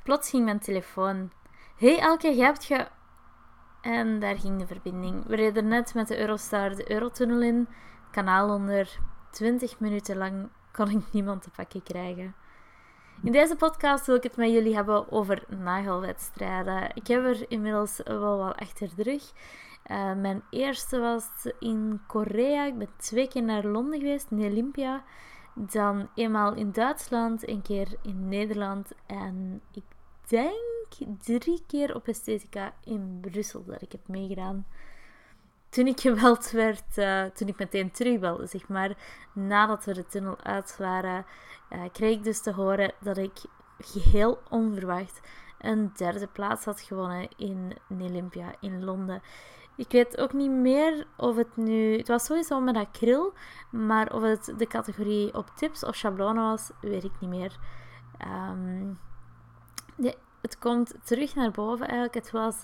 Plots ging mijn telefoon. Hey Elke, jij hebt En daar ging de verbinding. We reden net met de Eurostar de Eurotunnel in. Kanaal onder. 20 minuten lang kon ik niemand te pakken krijgen. In deze podcast wil ik het met jullie hebben over nagelwedstrijden. Ik heb er inmiddels wel wat achter de rug. Mijn eerste was in Korea. Ik ben 2 keer naar Londen geweest, in Olympia. Dan eenmaal in Duitsland, 1 keer in Nederland. En ik denk 3 keer op Esthetica in Brussel dat ik heb meegedaan. Toen ik gebeld werd, toen ik meteen terugbelde, zeg maar, nadat we de tunnel uit waren, kreeg ik dus te horen dat ik geheel onverwacht een 3e plaats had gewonnen in Olympia in Londen. Ik weet ook niet meer of het nu... Het was sowieso met acryl, maar of het de categorie op tips of schablonen was, weet ik niet meer. Het komt terug naar boven eigenlijk. Het was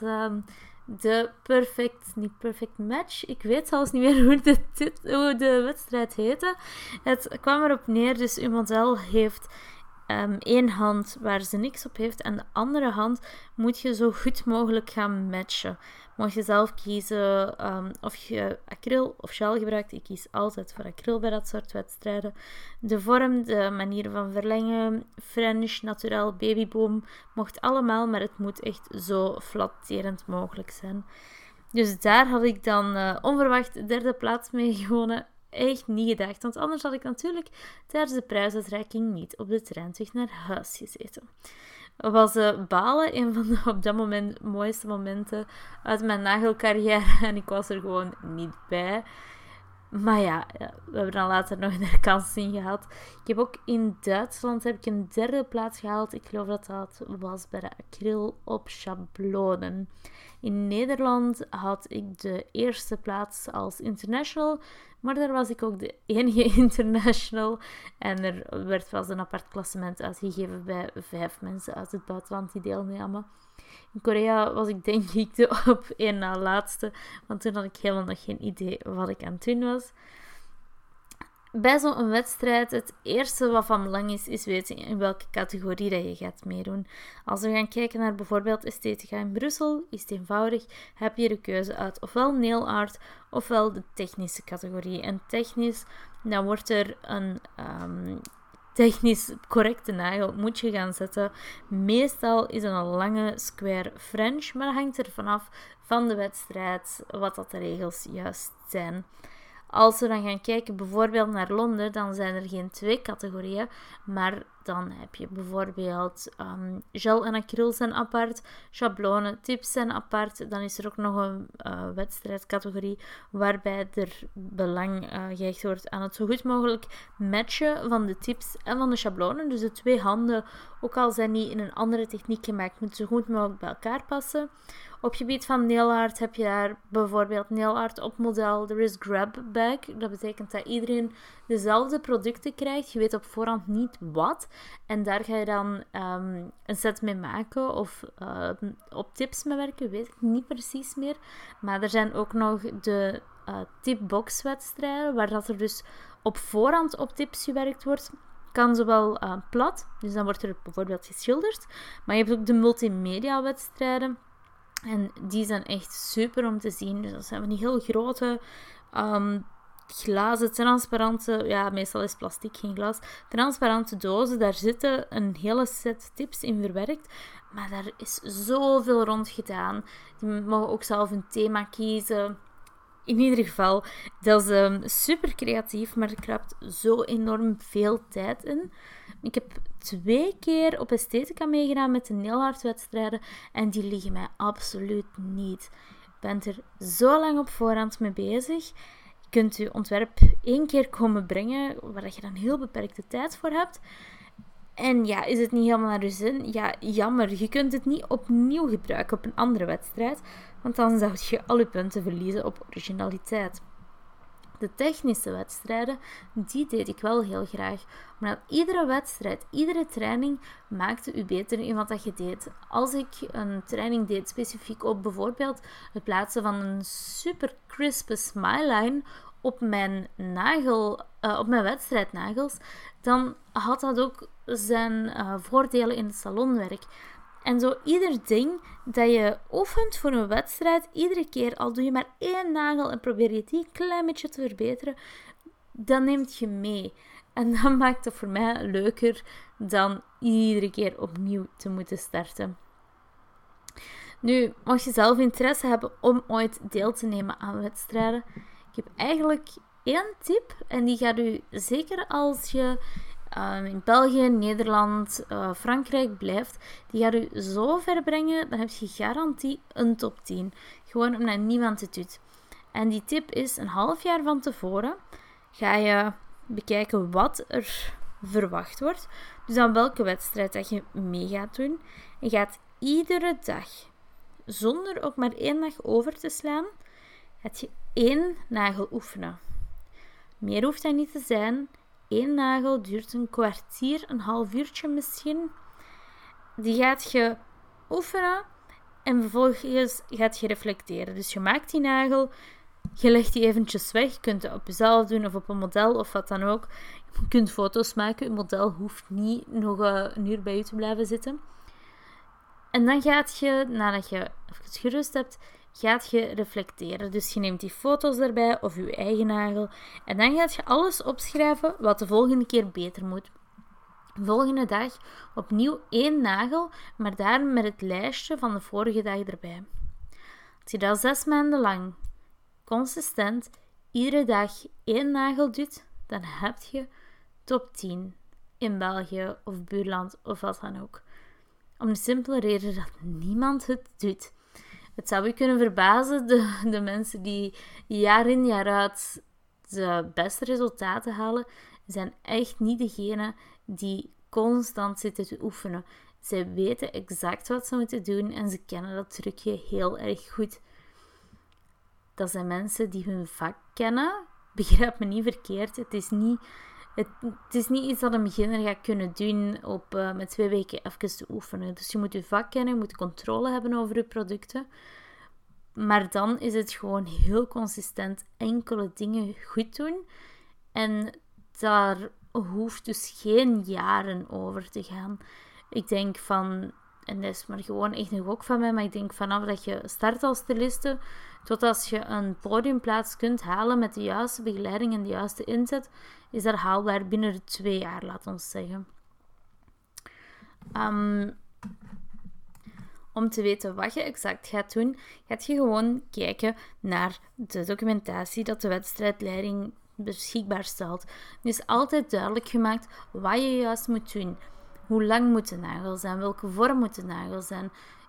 niet perfect match. Ik weet zelfs niet meer hoe de wedstrijd heette. Het kwam erop neer, dus uw model heeft 1 hand waar ze niks op heeft en de andere hand moet je zo goed mogelijk gaan matchen. Mocht je zelf kiezen of je acryl of gel gebruikt. Ik kies altijd voor acryl bij dat soort wedstrijden. De vorm, de manier van verlengen, French, naturel, babyboom, mocht allemaal, maar het moet echt zo flatterend mogelijk zijn. Dus daar had ik dan onverwacht 3e plaats mee gewonnen. Echt niet gedacht, want anders had ik natuurlijk tijdens de prijsuitreiking niet op de trein terug naar huis gezeten. Het was balen, een van de op dat moment mooiste momenten uit mijn nagelcarrière en ik was er gewoon niet bij. Maar ja, we hebben dan later nog een herkansing gehad. Ik heb ook in Duitsland een 3e plaats gehaald. Ik geloof dat dat was bij de acryl op schablonen. In Nederland had ik de 1e plaats als international, maar daar was ik ook de enige international. En er werd wel een apart klassement uitgegeven bij 5 mensen uit het buitenland die deelnamen. In Korea was ik denk ik de op 1 na laatste, want toen had ik helemaal nog geen idee wat ik aan het doen was. Bij zo'n wedstrijd, het eerste wat van belang is weten in welke categorie dat je gaat meedoen. Als we gaan kijken naar bijvoorbeeld Esthetica in Brussel, is het eenvoudig. Heb je de keuze uit ofwel nail art ofwel de technische categorie. En technisch, dan wordt er een technisch correcte nagel moet je gaan zetten. Meestal is het een lange square French, maar dat hangt er vanaf van de wedstrijd wat dat de regels juist zijn. Als we dan gaan kijken bijvoorbeeld naar Londen, dan zijn er geen 2 categorieën, maar dan heb je bijvoorbeeld gel en acryl zijn apart, schablonen, tips zijn apart. Dan is er ook nog een wedstrijdcategorie waarbij er belang gehecht wordt aan het zo goed mogelijk matchen van de tips en van de schablonen. Dus de 2 handen, ook al zijn die in een andere techniek gemaakt, moeten zo goed mogelijk bij elkaar passen. Op het gebied van nail art heb je daar bijvoorbeeld nail art op model. Er is grab bag. Dat betekent dat iedereen dezelfde producten krijgt. Je weet op voorhand niet wat. En daar ga je dan een set mee maken of op tips mee werken. Weet ik niet precies meer. Maar er zijn ook nog de tipbox wedstrijden, waar dat er dus op voorhand op tips gewerkt wordt. Kan zowel plat, dus dan wordt er bijvoorbeeld geschilderd. Maar je hebt ook de multimedia wedstrijden. En die zijn echt super om te zien. Dus dat zijn van die heel grote glazen, transparante... Ja, meestal is plastic, geen glas. Transparante dozen. Daar zitten een hele set tips in verwerkt. Maar daar is zoveel rond gedaan. Je mag ook zelf een thema kiezen. In ieder geval, dat is super creatief, maar er kruipt zo enorm veel tijd in. Ik heb 2 keer op Esthetica meegedaan met de nail art wedstrijden en die liggen mij absoluut niet. Ik ben er zo lang op voorhand mee bezig. Je kunt je ontwerp 1 keer komen brengen, waar je dan heel beperkte tijd voor hebt. En ja, is het niet helemaal naar je zin? Ja, jammer. Je kunt het niet opnieuw gebruiken op een andere wedstrijd, want dan zou je al je punten verliezen op originaliteit. De technische wedstrijden, die deed ik wel heel graag. Maar iedere wedstrijd, iedere training maakte u beter in wat dat je deed. Als ik een training deed specifiek op bijvoorbeeld het plaatsen van een super crispe smileline op mijn wedstrijdnagels, dan had dat ook zijn voordelen in het salonwerk. En zo ieder ding dat je oefent voor een wedstrijd, iedere keer, al doe je maar 1 nagel en probeer je die een klein beetje te verbeteren, dan neemt je mee. En dat maakt het voor mij leuker dan iedere keer opnieuw te moeten starten. Nu, mocht je zelf interesse hebben om ooit deel te nemen aan wedstrijden, ik heb eigenlijk 1 tip en die gaat u zeker als je in België, Nederland, Frankrijk blijft, die gaat u zo ver brengen, dan heb je garantie een top 10. Gewoon omdat niemand het doet. En die tip is, een half jaar van tevoren ga je bekijken wat er verwacht wordt. Dus aan welke wedstrijd dat je mee gaat doen. En gaat iedere dag, zonder ook maar 1 dag over te slaan, gaat je 1 nagel oefenen. Meer hoeft dat niet te zijn. 1 nagel duurt een kwartier, een half uurtje misschien. Die gaat je oefenen en vervolgens gaat je reflecteren. Dus je maakt die nagel, je legt die eventjes weg. Je kunt het op jezelf doen of op een model of wat dan ook. Je kunt foto's maken. Je model hoeft niet nog een uur bij je te blijven zitten. En dan gaat je, nadat je even gerust hebt, gaat je reflecteren. Dus je neemt die foto's erbij of je eigen nagel. En dan gaat je alles opschrijven wat de volgende keer beter moet. Volgende dag opnieuw 1 nagel, maar daar met het lijstje van de vorige dag erbij. Als je dat 6 maanden lang consistent iedere dag 1 nagel doet, dan heb je top 10 in België of buurland of wat dan ook. Om de simpele reden dat niemand het doet. Het zou je kunnen verbazen, de mensen die jaar in jaar uit de beste resultaten halen, zijn echt niet degene die constant zitten te oefenen. Zij weten exact wat ze moeten doen en ze kennen dat trucje heel erg goed. Dat zijn mensen die hun vak kennen. Begrijp me niet verkeerd. Het is niet iets dat een beginner gaat kunnen doen met 2 weken even te oefenen. Dus je moet je vak kennen, je moet controle hebben over je producten. Maar dan is het gewoon heel consistent enkele dingen goed doen. En daar hoeft dus geen jaren over te gaan. Ik denk van, en dat is maar gewoon echt een gok van mij, maar ik denk vanaf dat je start als styliste, tot als je een podiumplaats kunt halen met de juiste begeleiding en de juiste inzet, is dat haalbaar binnen de 2 jaar, laat ons zeggen. Om te weten wat je exact gaat doen, gaat je gewoon kijken naar de documentatie dat de wedstrijdleiding beschikbaar stelt. Het is altijd duidelijk gemaakt wat je juist moet doen. Hoe lang moet de nagel zijn? Welke vorm moet de nagel zijn?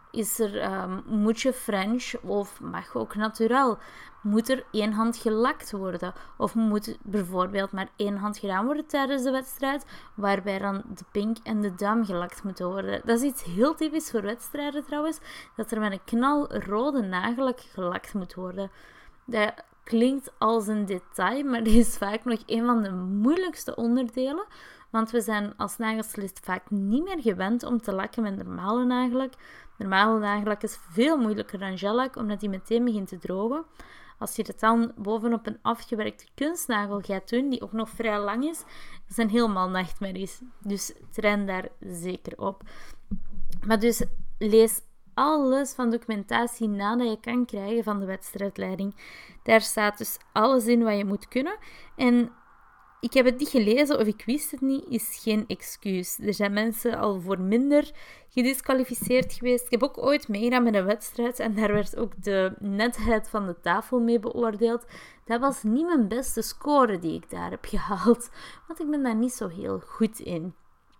Moet je French of mag ook naturel? Moet er 1 hand gelakt worden? Of moet bijvoorbeeld maar 1 hand gedaan worden tijdens de wedstrijd, waarbij dan de pink en de duim gelakt moeten worden? Dat is iets heel typisch voor wedstrijden trouwens, dat er met een knalrode nagellak gelakt moet worden. Dat klinkt als een detail, maar dit is vaak nog een van de moeilijkste onderdelen, want we zijn als nagelstylist vaak niet meer gewend om te lakken met normale nagellak. Normale nagellak is veel moeilijker dan gellak, omdat die meteen begint te drogen. Als je het dan bovenop een afgewerkte kunstnagel gaat doen, die ook nog vrij lang is, dat zijn helemaal nachtmerries. Dus train daar zeker op. Maar dus lees alles van documentatie na dat je kan krijgen van de wedstrijdleiding. Daar staat dus alles in wat je moet kunnen. En ik heb het niet gelezen of ik wist het niet, is geen excuus. Er zijn mensen al voor minder gedisqualificeerd geweest. Ik heb ook ooit meegedaan met een wedstrijd en daar werd ook de netheid van de tafel mee beoordeeld. Dat was niet mijn beste score die ik daar heb gehaald, want ik ben daar niet zo heel goed in.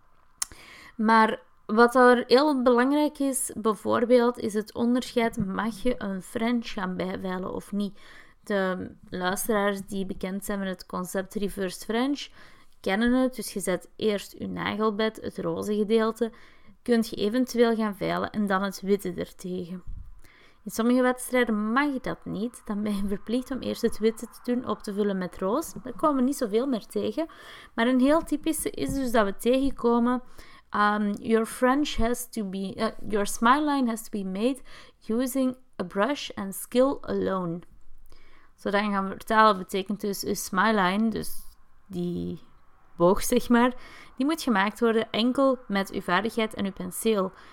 Maar wat er heel belangrijk is, bijvoorbeeld, is het onderscheid: mag je een French gaan bijveilen of niet? De luisteraars die bekend zijn met het concept Reverse French kennen het. Dus je zet eerst je nagelbed, het roze gedeelte, kunt je eventueel gaan veilen en dan het witte ertegen. In sommige wedstrijden mag dat niet. Dan ben je verplicht om eerst het witte te doen, op te vullen met roos. Daar komen we niet zoveel meer tegen. Maar een heel typische is dus dat we tegenkomen: your smile line has to be made using a brush and skill alone. Zodat je gaan vertalen betekent dus je smile line, dus die boog zeg maar, die moet gemaakt worden enkel met uw vaardigheid en uw penseel.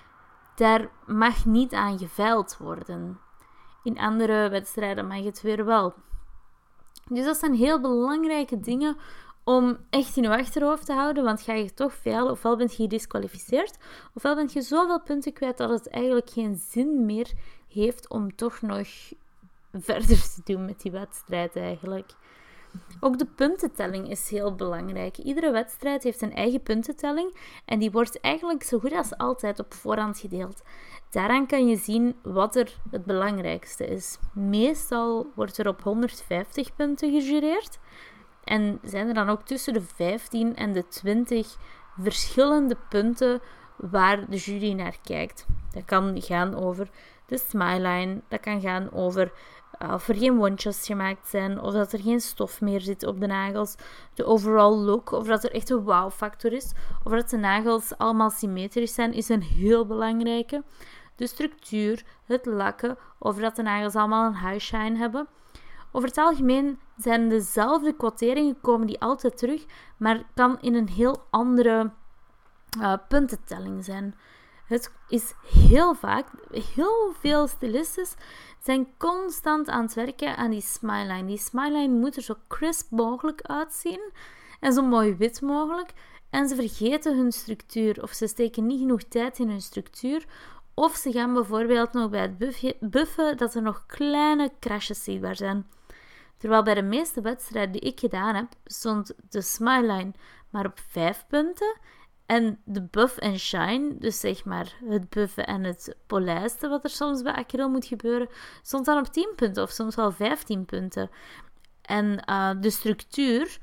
daar mag niet aan geveild worden. In andere wedstrijden mag het weer wel. Dus dat zijn heel belangrijke dingen om echt in je achterhoofd te houden, want ga je toch veilen, ofwel ben je gedisqualificeerd, ofwel ben je zoveel punten kwijt dat het eigenlijk geen zin meer heeft om toch nog verder te doen met die wedstrijd eigenlijk. Ook de puntentelling is heel belangrijk. Iedere wedstrijd heeft een eigen puntentelling en die wordt eigenlijk zo goed als altijd op voorhand gedeeld. Daaraan kan je zien wat er het belangrijkste is. Meestal wordt er op 150 punten gejureerd en zijn er dan ook tussen de 15 en de 20 verschillende punten waar de jury naar kijkt. Dat kan gaan over de smileline, dat kan gaan over of er geen wondjes gemaakt zijn, of dat er geen stof meer zit op de nagels, de overall look, of dat er echt een wow-factor is, of dat de nagels allemaal symmetrisch zijn, is een heel belangrijke. De structuur, het lakken, of dat de nagels allemaal een high shine hebben. Over het algemeen zijn dezelfde quoteringen, komen die altijd terug, maar kan in een heel andere puntentelling zijn. Het is heel vaak, heel veel stylistes zijn constant aan het werken aan die smileline. Die smileline moet er zo crisp mogelijk uitzien en zo mooi wit mogelijk. En ze vergeten hun structuur of ze steken niet genoeg tijd in hun structuur. Of ze gaan bijvoorbeeld nog bij het buffen dat er nog kleine crashes zichtbaar zijn. Terwijl bij de meeste wedstrijden die ik gedaan heb, stond de smileline maar op 5 punten. En de buff en shine, dus zeg maar het buffen en het polijsten, wat er soms bij acryl moet gebeuren, stond dan op 10 punten of soms wel 15 punten. En de structuur,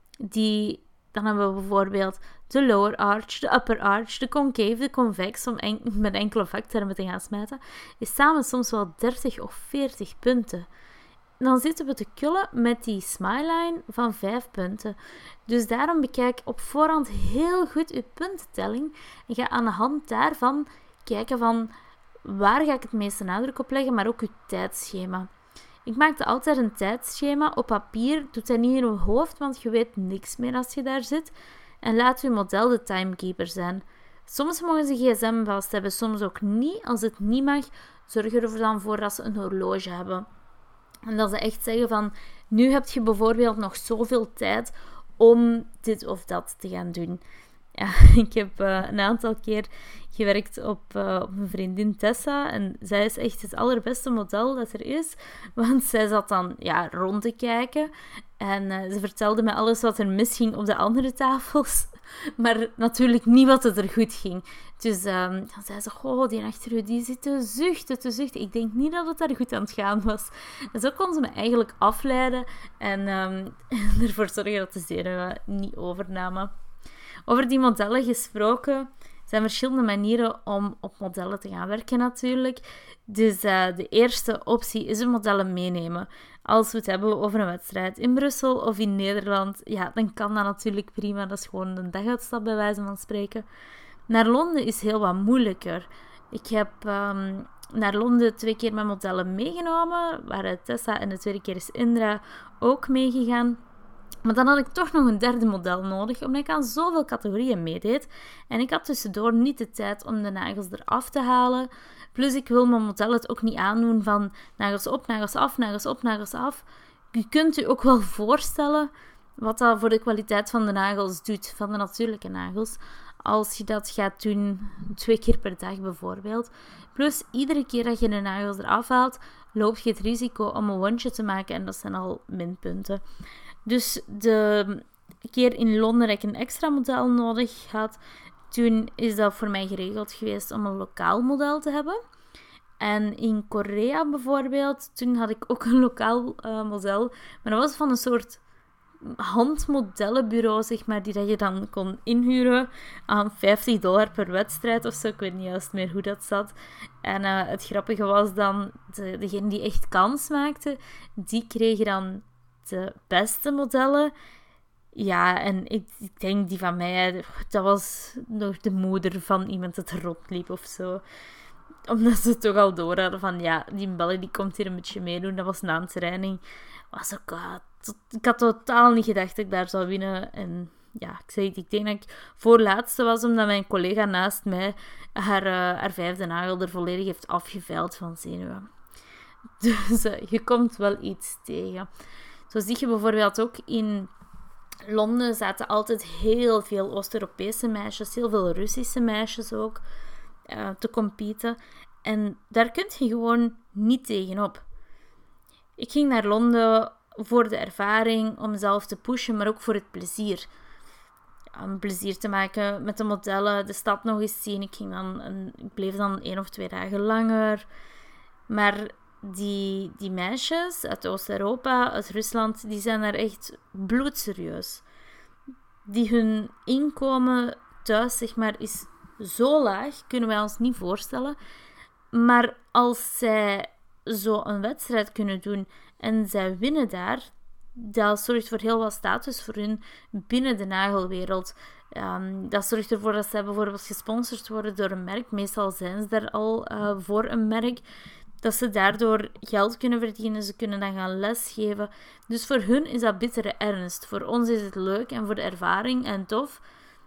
dan hebben we bijvoorbeeld de lower arch, de upper arch, de concave, de convex, om met enkele vaktermen te gaan smijten, is samen soms wel 30 of 40 punten. Dan zitten we te kullen met die smileline van 5 punten. Dus daarom bekijk op voorhand heel goed je puntentelling. En ga aan de hand daarvan kijken van waar ga ik het meeste nadruk op leggen, maar ook je tijdschema. Ik maakte altijd een tijdschema op papier. Doe dat niet in je hoofd, want je weet niks meer als je daar zit. En laat je model de timekeeper zijn. Soms mogen ze gsm vast hebben, soms ook niet. Als het niet mag, zorg er dan voor dat ze een horloge hebben. En dat ze echt zeggen van, nu heb je bijvoorbeeld nog zoveel tijd om dit of dat te gaan doen. Ja, ik heb een aantal keer gewerkt op mijn vriendin Tessa. En zij is echt het allerbeste model dat er is. Want zij zat dan rond te kijken. En ze vertelde me alles wat er misging op de andere tafels. Maar natuurlijk niet wat er goed ging. Dus dan zei ze, die achter u, die zit te zuchten. Ik denk niet dat het daar goed aan het gaan was. En zo kon ze me eigenlijk afleiden. En ervoor zorgen dat de zenuwen niet overnamen. Over die modellen gesproken, zijn verschillende manieren om op modellen te gaan werken natuurlijk. Dus de eerste optie is de modellen meenemen. Als we het hebben over een wedstrijd in Brussel of in Nederland, dan kan dat natuurlijk prima. Dat is gewoon een daguitstap bij wijze van spreken. Naar Londen is heel wat moeilijker. Ik heb naar Londen 2 keer mijn modellen meegenomen, waar Tessa en de tweede keer is Indra ook meegegaan. Maar dan had ik toch nog een derde model nodig, omdat ik aan zoveel categorieën meedeed. En ik had tussendoor niet de tijd om de nagels eraf te halen. Plus ik wil mijn model het ook niet aandoen van nagels op, nagels af, nagels op, nagels af. Je kunt je ook wel voorstellen wat dat voor de kwaliteit van de nagels doet, van de natuurlijke nagels. Als je dat gaat doen 2 keer per dag bijvoorbeeld. Plus iedere keer dat je de nagels eraf haalt, loop je het risico om een wondje te maken en dat zijn al minpunten. Dus de keer in Londen dat ik een extra model nodig had, toen is dat voor mij geregeld geweest om een lokaal model te hebben. En in Korea bijvoorbeeld, toen had ik ook een lokaal model. Maar dat was van een soort handmodellenbureau, zeg maar, die dat je dan kon inhuren aan $50 per wedstrijd of zo. Ik weet niet juist meer hoe dat zat. En het grappige was dan, degene die echt kans maakte, die kregen dan de beste modellen. Ja, en ik denk die van mij, dat was nog de moeder van iemand dat er rondliep of zo. Omdat ze toch al door hadden van, die Belg die komt hier een beetje meedoen. Dat was na een training. Was ook, ik had totaal niet gedacht dat ik daar zou winnen. En ik denk dat ik voorlaatste was, omdat mijn collega naast mij haar vijfde nagel er volledig heeft afgeveild van zenuwen. Dus je komt wel iets tegen. Zo zie je bijvoorbeeld ook in Londen zaten altijd heel veel Oost-Europese meisjes, heel veel Russische meisjes ook, te competen. En daar kun je gewoon niet tegenop. Ik ging naar Londen voor de ervaring, om mezelf te pushen, maar ook voor het plezier. Om plezier te maken met de modellen, de stad nog eens zien. Ik bleef dan 1 of 2 dagen langer. Maar die meisjes uit Oost-Europa, uit Rusland, die zijn daar echt bloedserieus. Hun inkomen thuis, zeg maar, is zo laag, kunnen wij ons niet voorstellen. Maar als zij zo een wedstrijd kunnen doen en zij winnen daar, dat zorgt voor heel wat status voor hun binnen de nagelwereld. Dat zorgt ervoor dat zij bijvoorbeeld gesponsord worden door een merk. Meestal zijn ze daar al voor een merk. Dat ze daardoor geld kunnen verdienen. Ze kunnen dan gaan lesgeven. Dus voor hun is dat bittere ernst. Voor ons is het leuk en voor de ervaring en tof.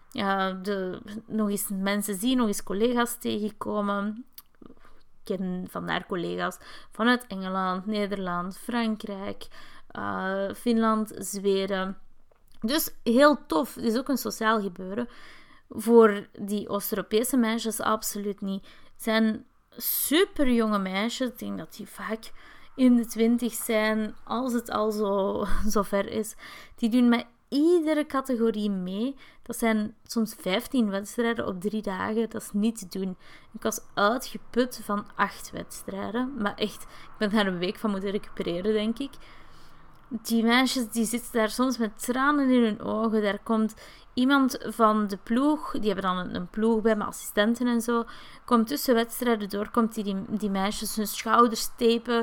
Nog eens mensen zien, nog eens collega's tegenkomen. Ik ken vandaar collega's vanuit Engeland, Nederland, Frankrijk, Finland, Zweden. Dus heel tof. Het is ook een sociaal gebeuren. Voor die Oost-Europese meisjes absoluut niet. Het zijn super jonge meisjes. Ik denk dat die vaak in de 20 zijn, als het al zo ver is. Die doen met iedere categorie mee. Dat zijn soms 15 wedstrijden op 3 dagen. Dat is niet te doen. Ik was uitgeput van 8 wedstrijden. Maar echt, ik ben daar een week van moeten recupereren, denk ik. Die meisjes die zitten daar soms met tranen in hun ogen. Daar komt iemand van de ploeg, die hebben dan een ploeg bij, met assistenten en zo, komt tussen wedstrijden door, komt die meisjes hun schouders tapen,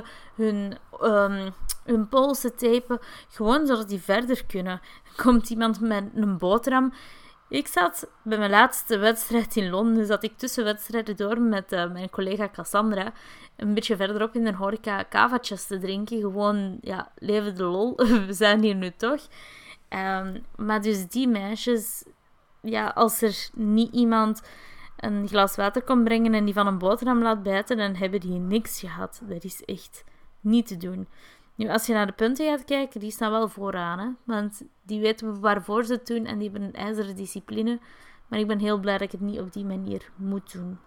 hun polsen tapen, gewoon zodat die verder kunnen. Komt iemand met een boterham. Ik zat bij mijn laatste wedstrijd in Londen, zat ik tussen wedstrijden door met mijn collega Cassandra, een beetje verderop in de horeca kavaatjes te drinken. Gewoon, leven de lol, we zijn hier nu toch. Maar dus die meisjes, als er niet iemand een glas water komt brengen en die van een boterham laat bijten, dan hebben die niks gehad. Dat is echt niet te doen. Nu, als je naar de punten gaat kijken, die staan wel vooraan, hè? Want die weten waarvoor ze het doen en die hebben een ijzeren discipline. Maar ik ben heel blij dat ik het niet op die manier moet doen.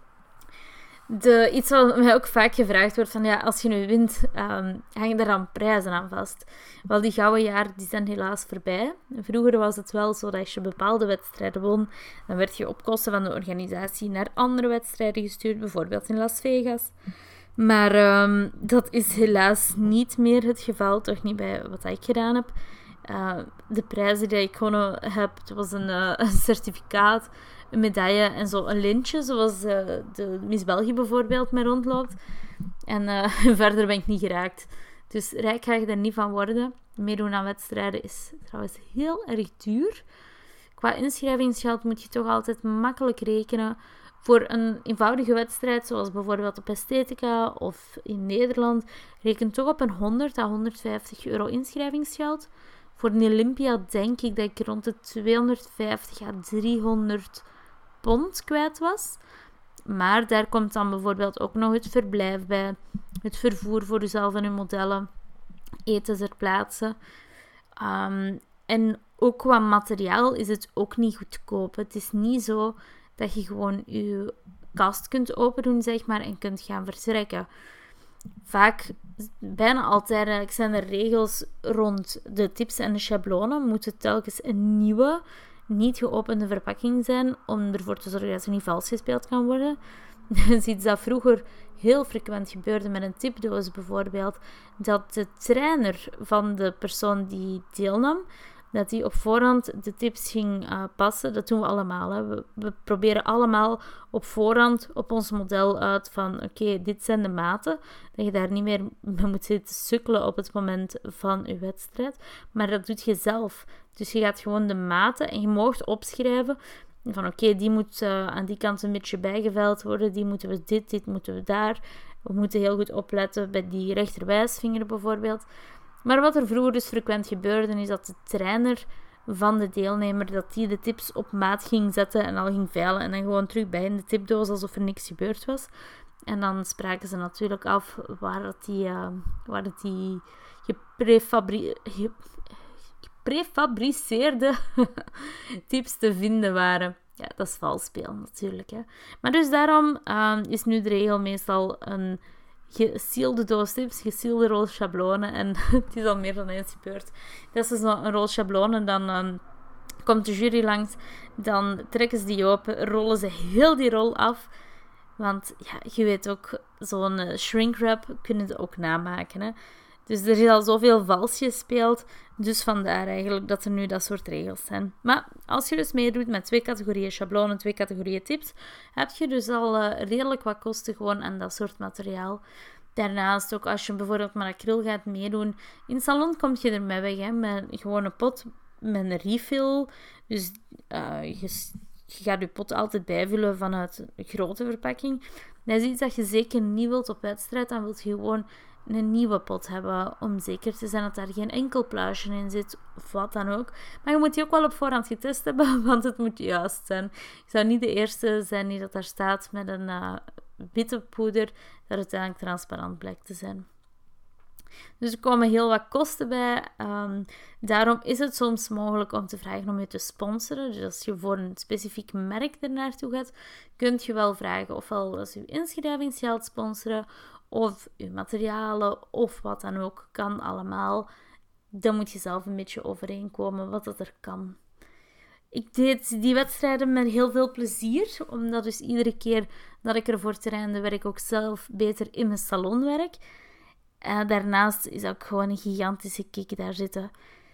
Iets wat mij ook vaak gevraagd wordt, van als je nu wint, hang er dan prijzen aan vast. Wel, die gouden jaren die zijn helaas voorbij. Vroeger was het wel zo dat als je bepaalde wedstrijden won, dan werd je op kosten van de organisatie naar andere wedstrijden gestuurd, bijvoorbeeld in Las Vegas. Maar dat is helaas niet meer het geval, toch niet bij wat ik gedaan heb. De prijzen die ik gewonnen heb, het was een certificaat, een medaille en zo een lintje, zoals de Miss België bijvoorbeeld mee rondloopt. En verder ben ik niet geraakt. Dus rijk ga je er niet van worden. Meedoen aan wedstrijden is trouwens heel erg duur. Qua inschrijvingsgeld moet je toch altijd makkelijk rekenen. Voor een eenvoudige wedstrijd, zoals bijvoorbeeld op Esthetica of in Nederland, reken toch op een 100 à 150 euro inschrijvingsgeld. Voor een Olympia denk ik dat ik rond de 250 à 300 pond kwijt was. Maar daar komt dan bijvoorbeeld ook nog het verblijf bij, het vervoer voor jezelf en je modellen, eten ter plaatse. En ook qua materiaal is het ook niet goedkoop. Het is niet zo dat je gewoon je kast kunt opendoen, zeg maar, en kunt gaan vertrekken. Vaak, bijna altijd, zijn er regels rond de tips en de schablonen. Moet het telkens een nieuwe, niet geopende verpakking zijn, om ervoor te zorgen dat ze niet vals gespeeld kan worden. Dat is iets dat vroeger heel frequent gebeurde met een tipdoos bijvoorbeeld. Dat de trainer van de persoon die deelnam, dat die op voorhand de tips ging passen. Dat doen we allemaal. Hè. We proberen allemaal op voorhand op ons model uit van oké, dit zijn de maten. Dat je daar niet meer mee moet zitten sukkelen op het moment van je wedstrijd. Maar dat doet je zelf. Dus je gaat gewoon de maten en je mag opschrijven van oké, die moet aan die kant een beetje bijgeveld worden. Die moeten we dit moeten we daar. We moeten heel goed opletten bij die rechterwijsvinger bijvoorbeeld. Maar wat er vroeger dus frequent gebeurde, is dat de trainer van de deelnemer, dat die de tips op maat ging zetten en al ging veilen en dan gewoon terug bij in de tipdoos alsof er niks gebeurd was. En dan spraken ze natuurlijk af waar die geprefabriceerde tips te vinden waren. Ja, dat is vals spelen natuurlijk. Hè. Maar dus daarom is nu de regel meestal een gesealde doos tips, gesealde rol schablonen. En het is al meer dan eens gebeurd. Dat is dus een rol schablonen, dan komt de jury langs, dan trekken ze die open, rollen ze heel die rol af. Want ja, je weet ook, zo'n shrink-wrap kunnen ze ook namaken. Hè. Dus er is al zoveel vals gespeeld. Dus vandaar eigenlijk dat er nu dat soort regels zijn. Maar als je dus meedoet met 2 categorieën schablonen, 2 categorieën tips, heb je dus al redelijk wat kosten gewoon aan dat soort materiaal. Daarnaast ook als je bijvoorbeeld met acryl gaat meedoen. In het salon kom je ermee weg, hè, met gewoon een pot met een refill. Dus je gaat je pot altijd bijvullen vanuit een grote verpakking. Dat is iets dat je zeker niet wilt op wedstrijd. Dan wil je gewoon een nieuwe pot hebben om zeker te zijn dat daar geen enkel pluisje in zit of wat dan ook. Maar je moet die ook wel op voorhand getest hebben, want het moet juist zijn. Ik zou niet de eerste zijn die dat daar staat met een witte poeder dat uiteindelijk transparant blijkt te zijn. Dus er komen heel wat kosten bij. Daarom is het soms mogelijk om te vragen om je te sponsoren. Dus als je voor een specifiek merk ernaartoe gaat, kunt je wel vragen ofwel als je inschrijvingsgeld sponsoren, of je materialen, of wat dan ook. Kan allemaal. Dan moet je zelf een beetje overeenkomen wat dat er kan. Ik deed die wedstrijden met heel veel plezier, omdat dus iedere keer dat ik ervoor trainde, werk ik ook zelf beter in mijn salon werk. Daarnaast is ook gewoon een gigantische kick daar zitten.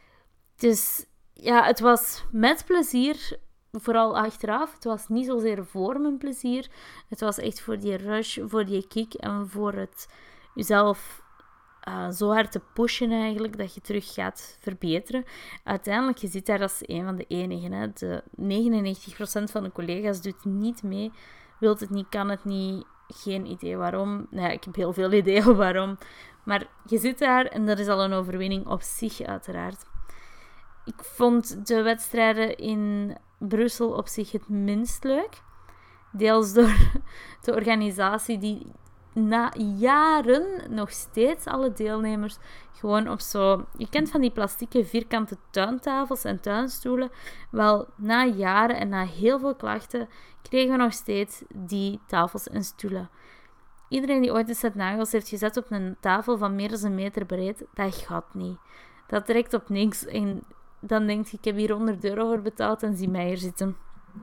Dus ja, het was met plezier, vooral achteraf. Het was niet zozeer voor mijn plezier. Het was echt voor die rush, voor die kick en voor het jezelf zo hard te pushen eigenlijk, dat je terug gaat verbeteren. Uiteindelijk, je zit daar als een van de enigen. Hè. De 99% van de collega's doet niet mee, wilt het niet, kan het niet, geen idee waarom. Nou ja, ik heb heel veel ideeën waarom. Maar je zit daar en dat is al een overwinning op zich uiteraard. Ik vond de wedstrijden in Brussel op zich het minst leuk. Deels door de organisatie die na jaren nog steeds alle deelnemers gewoon op zo... Je kent van die plastieke vierkante tuintafels en tuinstoelen. Wel, na jaren en na heel veel klachten kregen we nog steeds die tafels en stoelen. Iedereen die ooit een set nagels heeft gezet op een tafel van meer dan 1 meter breed, dat gaat niet. Dat trekt op niks. En dan denk je, ik heb hier €100 voor betaald en zie mij hier zitten.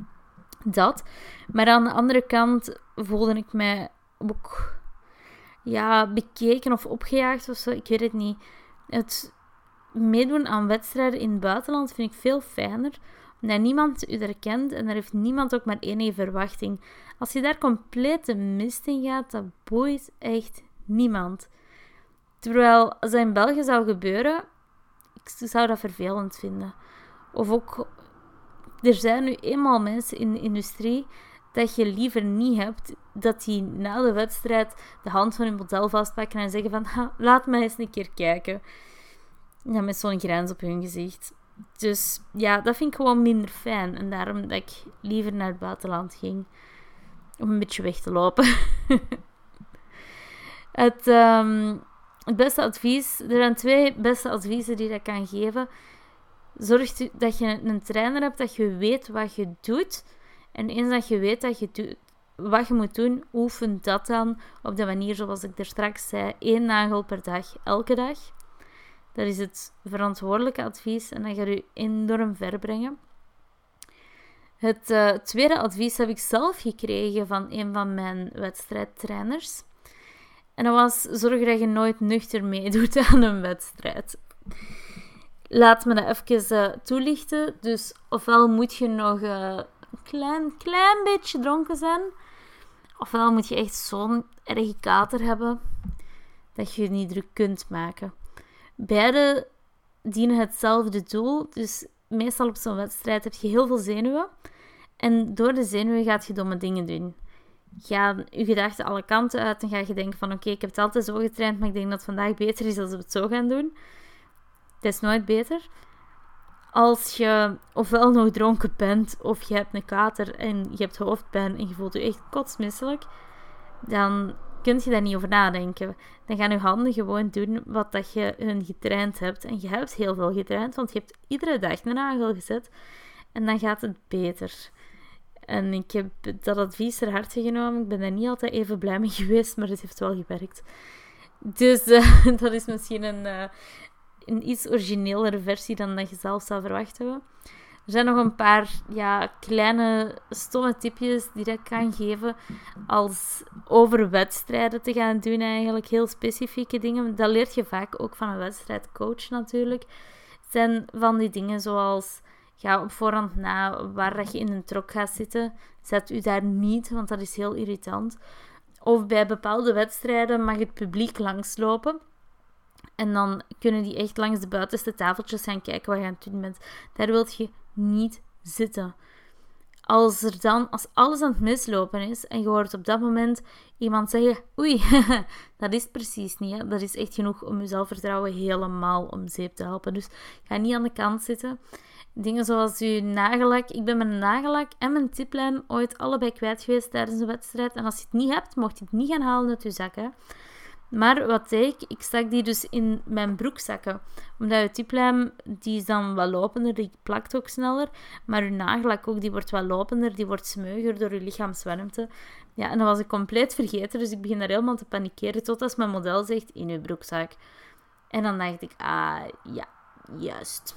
Dat. Maar aan de andere kant voelde ik mij ook bekeken of opgejaagd of zo. Ik weet het niet. Het meedoen aan wedstrijden in het buitenland vind ik veel fijner. Omdat niemand u er kent en er heeft niemand ook maar enige verwachting. Als je daar compleet de mist in gaat, dat boeit echt niemand. Terwijl, als dat in België zou gebeuren, ik zou dat vervelend vinden. Of ook, er zijn nu eenmaal mensen in de industrie dat je liever niet hebt, dat die na de wedstrijd de hand van hun model vastpakken en zeggen van, laat mij eens een keer kijken. Ja, met zo'n grijns op hun gezicht. Dus ja, dat vind ik gewoon minder fijn. En daarom dat ik liever naar het buitenland ging. Om een beetje weg te lopen. Het beste advies... Er zijn 2 beste adviezen die ik kan geven. Zorg dat je een trainer hebt, dat je weet wat je doet. En eens dat je weet wat je moet doen, oefen dat dan op de manier zoals ik er straks zei. 1 nagel per dag, elke dag. Dat is het verantwoordelijke advies en dat gaat u enorm ver brengen. Het tweede advies heb ik zelf gekregen van een van mijn wedstrijdtrainers. En dat was, zorg dat je nooit nuchter meedoet aan een wedstrijd. Laat me dat even toelichten. Dus ofwel moet je nog een klein beetje dronken zijn, ofwel moet je echt zo'n erge kater hebben dat je je niet druk kunt maken. Beide dienen hetzelfde doel. Dus meestal op zo'n wedstrijd heb je heel veel zenuwen. En door de zenuwen gaat je domme dingen doen. Gaan je gedachten alle kanten uit en ga je denken van oké, ik heb het altijd zo getraind, maar ik denk dat het vandaag beter is als we het zo gaan doen. Het is nooit beter. Als je ofwel nog dronken bent, of je hebt een kater en je hebt hoofdpijn en je voelt je echt kotsmisselijk, dan kun je daar niet over nadenken. Dan gaan je handen gewoon doen wat dat je hun getraind hebt. En je hebt heel veel getraind, want je hebt iedere dag een nagel gezet. En dan gaat het beter. En ik heb dat advies ter harte genomen. Ik ben daar niet altijd even blij mee geweest, maar het heeft wel gewerkt. Dus dat is misschien een iets originelere versie dan dat je zelf zou verwacht hebben. Er zijn nog een paar kleine stomme tipjes die ik kan geven als over wedstrijden te gaan doen eigenlijk. Heel specifieke dingen. Dat leert je vaak ook van een wedstrijdcoach natuurlijk. Het zijn van die dingen zoals ga op voorhand na waar dat je in een trok gaat zitten. Zet u daar niet, want dat is heel irritant. Of bij bepaalde wedstrijden mag het publiek langslopen. En dan kunnen die echt langs de buitenste tafeltjes gaan kijken wat je aan het doen bent. Daar wil je niet zitten. Als alles aan het mislopen is en je hoort op dat moment iemand zeggen, oei, dat is precies niet. Hè? Dat is echt genoeg om je zelfvertrouwen helemaal om zeep te helpen. Dus ga niet aan de kant zitten. Dingen zoals je nagellak. Ik ben mijn nagellak en mijn tiplijn ooit allebei kwijt geweest tijdens een wedstrijd. En als je het niet hebt, mocht je het niet gaan halen uit je zak. Hè? Maar wat deed ik? Ik stak die dus in mijn broekzakken. Omdat je tiplijm, die is dan wat lopender, die plakt ook sneller. Maar je nagellak ook, die wordt wat lopender, die wordt smeuiger door je lichaamswarmte. Ja, en dat was ik compleet vergeten, dus ik begin daar helemaal te panikeren. Tot als mijn model zegt, in je broekzak. En dan dacht ik, ja, juist.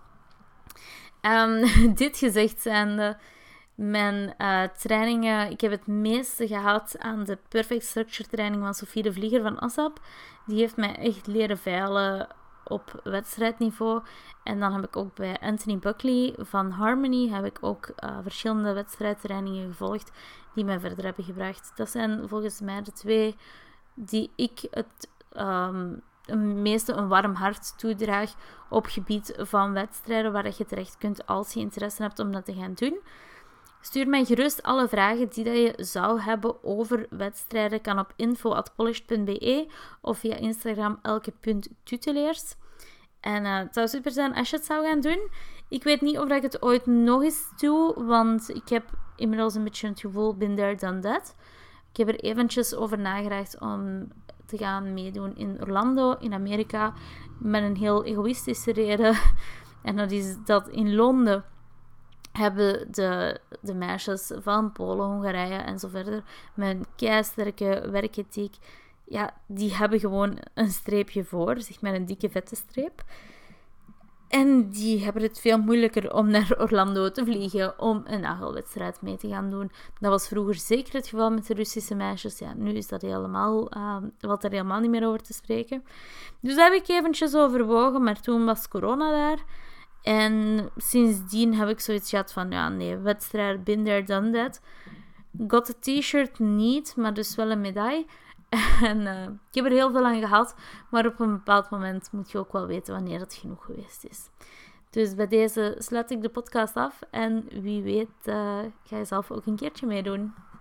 Dit gezegd zijnde, mijn trainingen, ik heb het meeste gehad aan de Perfect Structure training van Sophie de Vlieger van ASAP. Die heeft mij echt leren veilen op wedstrijdniveau. En dan heb ik ook bij Anthony Buckley van Harmony heb ik ook verschillende wedstrijdtrainingen gevolgd die mij verder hebben gebracht. Dat zijn volgens mij de twee die ik het meeste een warm hart toedraag op gebied van wedstrijden waar je terecht kunt als je interesse hebt om dat te gaan doen. Stuur mij gerust alle vragen die dat je zou hebben over wedstrijden. Kan op info@polished.be of via Instagram elke.tuteleers. En het zou super zijn als je het zou gaan doen. Ik weet niet of ik het ooit nog eens doe, want ik heb inmiddels een beetje het gevoel, been there, done that. Ik heb er eventjes over nagedacht om te gaan meedoen in Orlando, in Amerika, met een heel egoïstische reden. En dat is dat in Londen hebben de meisjes van Polen, Hongarije en zo verder met een keisterke werkethiek, ja, die hebben gewoon een streepje voor, zeg maar een dikke vette streep. En die hebben het veel moeilijker om naar Orlando te vliegen om een nagelwedstrijd mee te gaan doen. Dat was vroeger zeker het geval met de Russische meisjes. Ja, nu is dat valt er helemaal niet meer over te spreken. Dus daar heb ik eventjes overwogen, maar toen was corona daar. En sindsdien heb ik zoiets gehad van, ja nee, wedstrijd, been there, done that. Got a t-shirt niet, maar dus wel een medaille. En ik heb er heel veel aan gehad, maar op een bepaald moment moet je ook wel weten wanneer het genoeg geweest is. Dus bij deze sluit ik de podcast af en wie weet ga je zelf ook een keertje meedoen.